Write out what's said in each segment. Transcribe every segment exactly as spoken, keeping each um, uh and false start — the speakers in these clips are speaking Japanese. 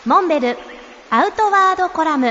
モンベルアウトワードコラム。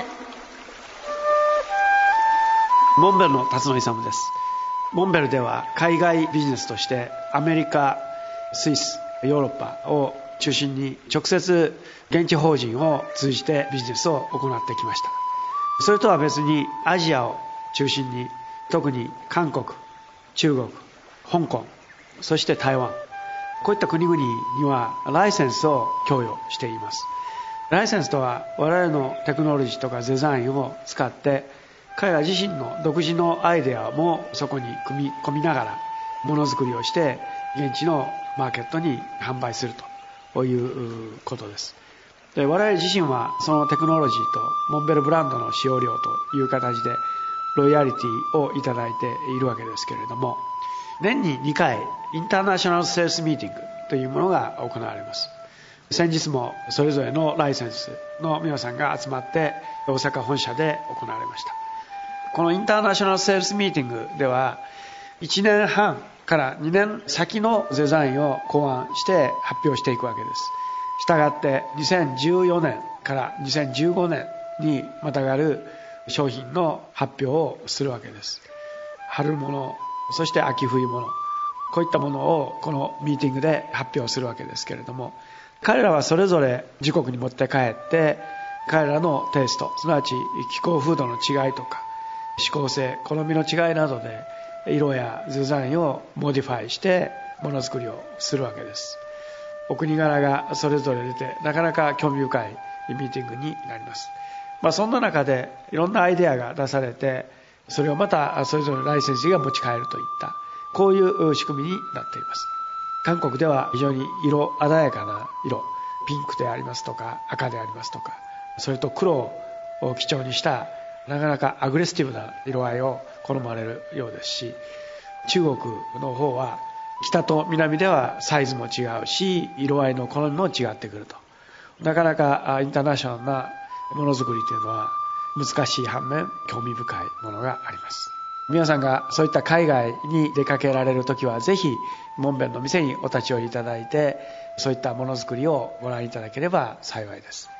モンベルの辰野勇です。モンベルでは海外ビジネスとしてアメリカ、スイス、ヨーロッパを中心に直接現地法人を通じてビジネスを行ってきました。それとは別にアジアを中心に特に韓国、中国、香港、そして台湾、こういった国々にはライセンスを供与しています。ライセンスとは我々のテクノロジーとかデザインを使って彼ら自身の独自のアイデアもそこに組み込みながらものづくりをして現地のマーケットに販売するということです。で、我々自身はそのテクノロジーとモンベルブランドの使用料という形でロイヤリティをいただいているわけですけれども、年ににかいインターナショナルセールスミーティングというものが行われます。先日もそれぞれのライセンスの皆さんが集まって大阪本社で行われました。このインターナショナルセールスミーティングではいちねんはんからにねん先のデザインを考案して発表していくわけです。したがってにせんじゅうよねんからにせんじゅうごねんにまたがる商品の発表をするわけです。春物、そして秋冬物、こういったものをこのミーティングで発表するわけですけれども、彼らはそれぞれ自国に持って帰って彼らのテイスト、すなわち気候風土の違いとか指向性、好みの違いなどで色やデザインをモディファイしてものづくりをするわけです。お国柄がそれぞれ出てなかなか興味深いミーティングになります。まあ、そんな中でいろんなアイデアが出されて、それをまたそれぞれライセンスが持ち帰るといったこういう仕組みになっています。韓国では非常に色鮮やかな色、ピンクでありますとか赤でありますとか、それと黒を基調にしたなかなかアグレッシブな色合いを好まれるようですし、中国の方は北と南ではサイズも違うし色合いの好みも違ってくると、なかなかインターナショナルなものづくりというのは難しい反面興味深いものがあります。皆さんがそういった海外に出かけられるときはぜひモンベルの店にお立ち寄りいただいて、そういったものづくりをご覧いただければ幸いです。